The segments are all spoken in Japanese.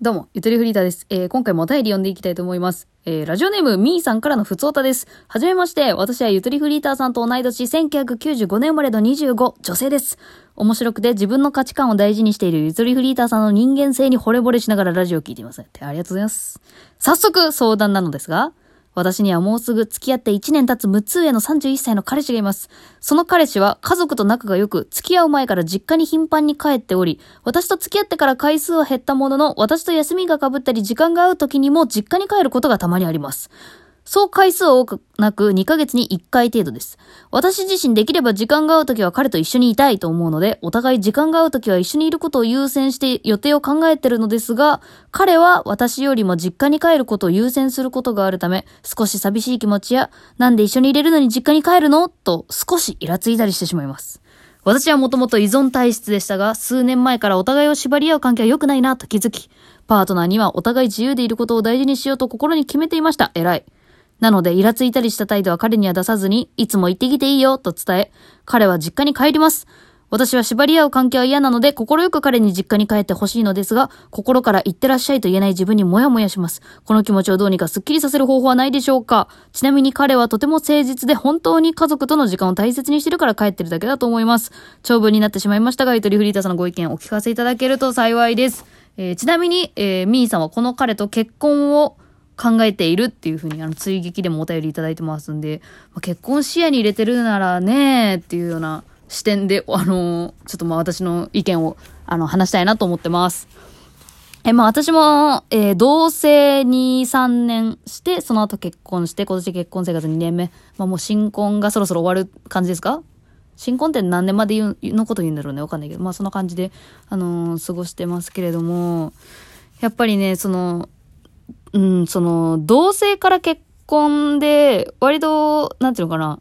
どうも、ゆとりフリーターです。今回もお便り読んでいきたいと思います。ラジオネームみーさんからのふつおたです。はじめまして、私はゆとりフリーターさんと同い年、1995年生まれの25、女性です。面白くて自分の価値観を大事にしているゆとりフリーターさんの人間性に惚れ惚れしながらラジオを聞いています。ありがとうございます。早速、相談なのですが、私にはもうすぐ付き合って1年経つ6つ上の31歳の彼氏がいます。その彼氏は家族と仲が良く、付き合う前から実家に頻繁に帰っており、私と付き合ってから回数は減ったものの、私と休みが被ったり時間が合う時にも実家に帰ることがたまにあります。そう回数は多くなく2ヶ月に1回程度です。私自身できれば時間が合うときは彼と一緒にいたいと思うので、お互い時間が合うときは一緒にいることを優先して予定を考えているのですが、彼は私よりも実家に帰ることを優先することがあるため、少し寂しい気持ちや、なんで一緒にいれるのに実家に帰るのと少しイラついたりしてしまいます。私はもともと依存体質でしたが、数年前からお互いを縛り合う関係は良くないなと気づき、パートナーにはお互い自由でいることを大事にしようと心に決めていました。偉い。なので、イラついたりした態度は彼には出さずに、いつも行ってきていいよと伝え、彼は実家に帰ります。私は縛り合う関係は嫌なので、心よく彼に実家に帰ってほしいのですが、心から行ってらっしゃいと言えない自分にモヤモヤします。この気持ちをどうにかスッキリさせる方法はないでしょうか。ちなみに彼はとても誠実で本当に家族との時間を大切にしてるから帰ってるだけだと思います。長文になってしまいましたが、ゆとりフリーターさんのご意見をお聞かせいただけると幸いです。ちなみに、みーさんはこの彼と結婚を考えているっていう風に追撃でもお便りいただいてますんで、結婚視野に入れてるならねっていうような視点でちょっと私の意見を話したいなと思ってます。私も、同棲に3年して、その後結婚して、今年結婚生活2年目。もう新婚がそろそろ終わる感じですか？新婚って何年までのこと言うんだろうね。わかんないけど。そんな感じで、過ごしてますけれども、やっぱりね、同棲から結婚で、割と、なんていうのかな、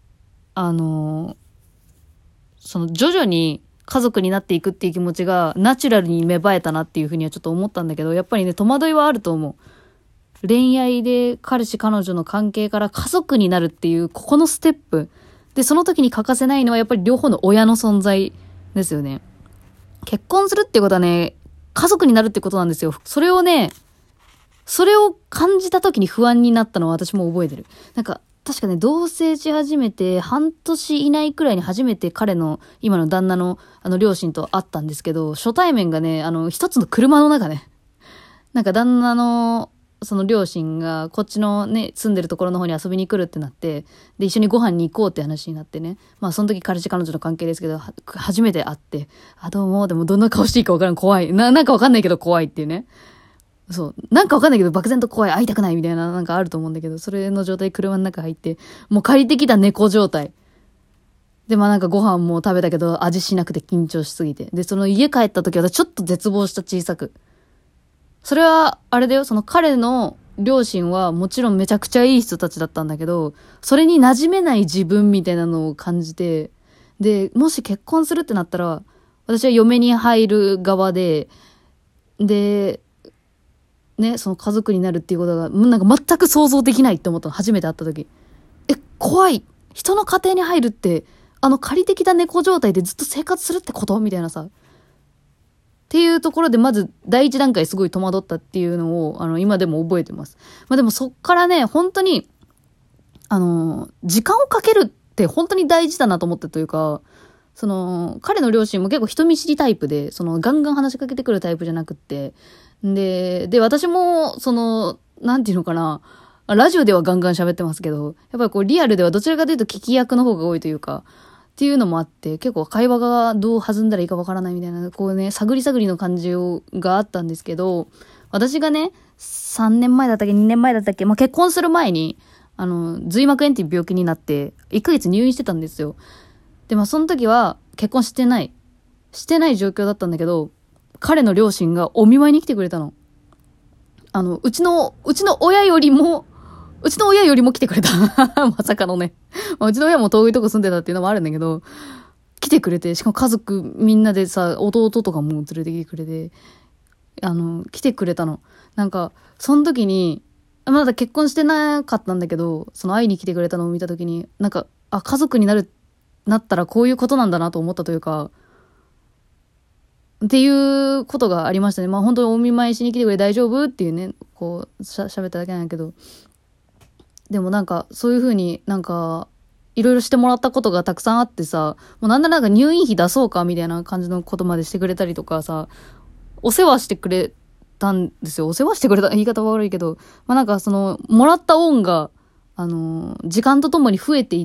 徐々に家族になっていくっていう気持ちがナチュラルに芽生えたなっていうふうにはちょっと思ったんだけど、やっぱりね、戸惑いはあると思う。恋愛で彼氏彼女の関係から家族になるっていう、ここのステップ。で、その時に欠かせないのはやっぱり両方の親の存在ですよね。結婚するってことはね、家族になるってことなんですよ。それを感じた時に不安になったのは私も覚えてる。確かね、同棲し始めて半年以内くらいに初めて彼の今の旦那の両親と会ったんですけど、初対面がね、一つの車の中ね。旦那のその両親がこっちのね、住んでるところの方に遊びに来るってなって、で、一緒にご飯に行こうって話になってね。その時彼氏彼女の関係ですけど、初めて会って、どうも、でもどんな顔していいかわからん、怖い。なんかわかんないけど怖いっていうね。そう。なんかわかんないけど、漠然と怖い、会いたくないみたいな、あると思うんだけど、それの状態、車の中入って、もう借りてきた猫状態。で、ご飯も食べたけど、味しなくて緊張しすぎて。で、その家帰った時はちょっと絶望した、小さく。それは、あれだよ、その彼の両親はもちろんめちゃくちゃいい人たちだったんだけど、それに馴染めない自分みたいなのを感じて、で、もし結婚するってなったら、私は嫁に入る側で、ね、その家族になるっていうことが、全く想像できないって思ったの、初めて会った時。怖い。人の家庭に入るって、借りてきた猫状態でずっと生活するってことみたいなさ。っていうところで、まず第一段階すごい戸惑ったっていうのを、今でも覚えてます。でもそっからね、本当に、時間をかけるって本当に大事だなと思ったというか、彼の両親も結構人見知りタイプで、ガンガン話しかけてくるタイプじゃなくって、で、私も、なんていうのかな、ラジオではガンガン喋ってますけど、やっぱりリアルではどちらかというと聞き役の方が多いというか、っていうのもあって、結構会話がどう弾んだらいいかわからないみたいな、探り探りの感じがあったんですけど、私がね、3年前だったっけ、2年前だったっけ、結婚する前に、髄膜炎っていう病気になって、1ヶ月入院してたんですよ。で、その時は結婚してない状況だったんだけど、彼の両親がお見舞いに来てくれたの。うちの親よりも来てくれた。まさかのね。うちの親も遠いとこ住んでたっていうのもあるんだけど、来てくれて、しかも家族みんなでさ、弟とかも連れてきてくれて、来てくれたの。その時に、まだ結婚してなかったんだけど、会いに来てくれたのを見た時に、家族になったらこういうことなんだなと思ったというか、 っていうことがありましたね。まあ本当にお見舞いしに来てくれ大丈夫っていうね、こう、喋っただけなんやけど。でもなんか、そういう風になんか、いろいろしてもらったことがたくさんあってさ、もうなんならなんか入院費出そうかみたいな感じのことまでしてくれたりとかさ、お世話してくれたんですよ。お世話してくれた、言い方は悪いけど、まあなんかその、もらった恩が、時間とともに増えていって、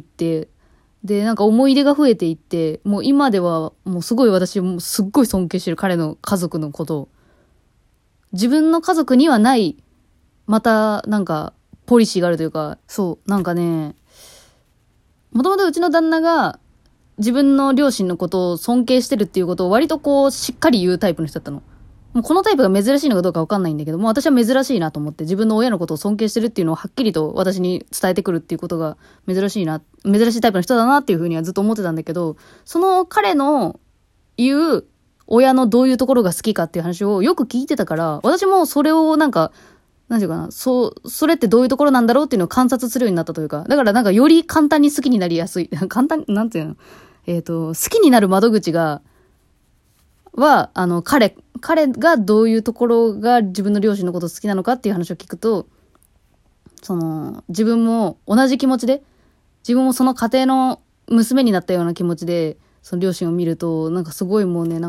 で、なんか思い出が増えていって、もう今ではもうすごい私、もうすっごい尊敬してる彼の家族のことを。自分の家族にはない、またなんか、ポリシーがあるというか、そう、なんかね、もともとうちの旦那が自分の両親のことを尊敬してるっていうことを割とこう、しっかり言うタイプの人だったの。もうこのタイプが珍しいのかどうかわかんないんだけど、もう私は珍しいなと思って、自分の親のことを尊敬してるっていうのをはっきりと私に伝えてくるっていうことが珍しいタイプの人だなっていうふうにはずっと思ってたんだけど、その彼の言う親のどういうところが好きかっていう話をよく聞いてたから、私もそれをなんか、なんていうかな、それってどういうところなんだろうっていうのを観察するようになったというか、だからなんかより簡単に好きになりやすい。簡単、なんていうの好きになる窓口は、彼がどういうところが自分の両親のこと好きなのかっていう話を聞くと、自分も同じ気持ちで、自分もその家庭の娘になったような気持ちで、その両親を見ると、なんかすごいもうね、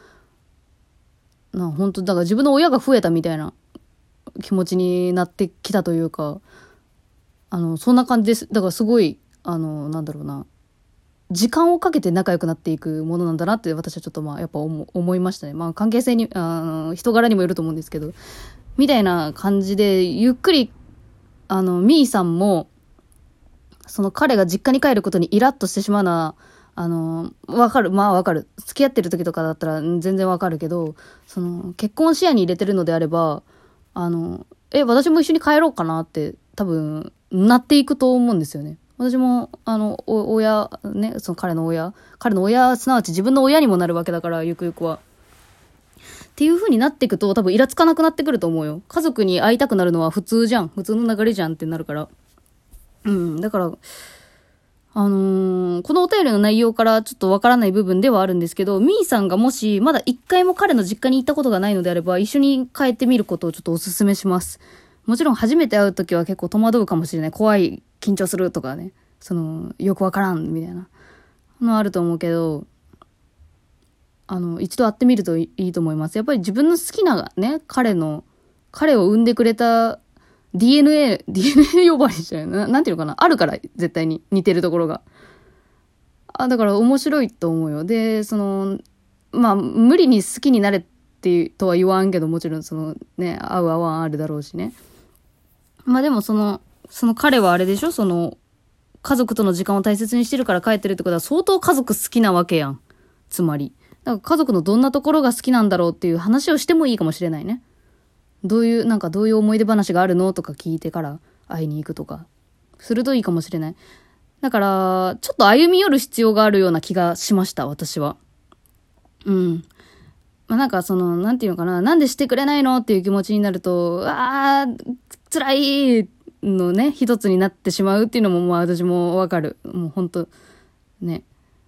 本当だから自分の親が増えたみたいな気持ちになってきたというか、そんな感じです。だからすごい、なんだろうな。時間をかけて仲良くなっていくものなんだなって私はちょっとやっぱ思いましたね。まあ関係性に、人柄にもよると思うんですけど、みたいな感じで、ゆっくり、みーさんも、その彼が実家に帰ることにイラッとしてしまうのは、わかる。まあわかる。付き合ってる時とかだったら全然わかるけど、結婚視野に入れてるのであれば、私も一緒に帰ろうかなって多分、なっていくと思うんですよね。私も、親、ね、その彼の親、すなわち自分の親にもなるわけだから、ゆくゆくは。っていう風になっていくと、多分イラつかなくなってくると思うよ。家族に会いたくなるのは普通じゃん。普通の流れじゃんってなるから。だから、このお便りの内容からちょっとわからない部分ではあるんですけど、みーさんがもしまだ一回も彼の実家に行ったことがないのであれば、一緒に帰ってみることをちょっとお勧めします。もちろん初めて会うときは結構戸惑うかもしれない。怖い、緊張するとかね。よくわからん、みたいなのあると思うけど、一度会ってみるといいと思います。やっぱり自分の好きなね、彼を産んでくれた DNA 呼ばわりじゃないなんていうのかなあるから、絶対に似てるところが。だから面白いと思うよ。で、無理に好きになれってとは言わんけど、もちろん合う合わんあるだろうしね。まあでもその彼はあれでしょ家族との時間を大切にしてるから帰ってるってことは相当家族好きなわけやん。つまり。だから家族のどんなところが好きなんだろうっていう話をしてもいいかもしれないね。どういう思い出話があるのとか聞いてから会いに行くとか。するといいかもしれない。だから、ちょっと歩み寄る必要があるような気がしました、私は。まあなんていうのかな、なんでしてくれないのっていう気持ちになると、辛いのね、一つになってしまうっていうのも、私もわかる。もうほんと、ね、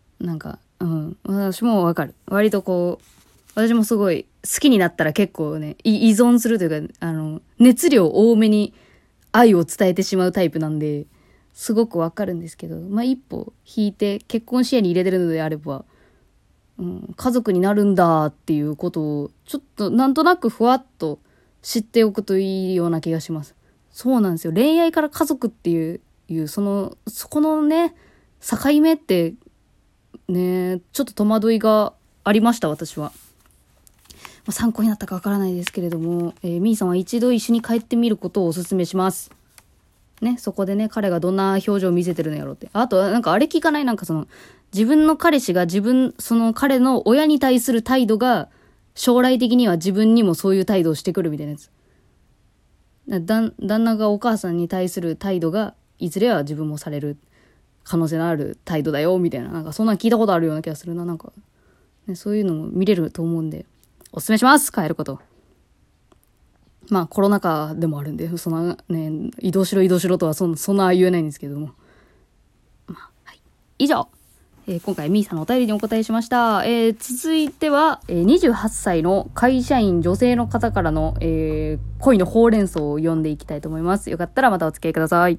私もわかる。割と私もすごい好きになったら結構ね、依存するというか、熱量多めに愛を伝えてしまうタイプなんで、すごくわかるんですけど、一歩引いて結婚視野に入れてるのであれば、家族になるんだっていうことを、ちょっとなんとなくふわっと知っておくといいような気がします。そうなんですよ。恋愛から家族っていう、そこのね、境目って、ね、ちょっと戸惑いがありました、私は。参考になったかわからないですけれども、みーさんは一度一緒に帰ってみることをお勧めします。ね、そこでね、彼がどんな表情を見せてるのやろうって。あと、あれ聞かない自分の彼氏が彼の親に対する態度が、将来的には自分にもそういう態度をしてくるみたいなやつ。旦那がお母さんに対する態度が、いずれは自分もされる可能性のある態度だよ、みたいな。そんなん聞いたことあるような気がするな。ね、そういうのも見れると思うんで、おすすめします帰ること。コロナ禍でもあるんで、移動しろとはそんな言えないんですけども。はい。以上。 今回みーさんのお便りにお答えしました。続いては、28歳の会社員女性の方からの、恋のほうれん草を読んでいきたいと思います。よかったらまたお付き合いください。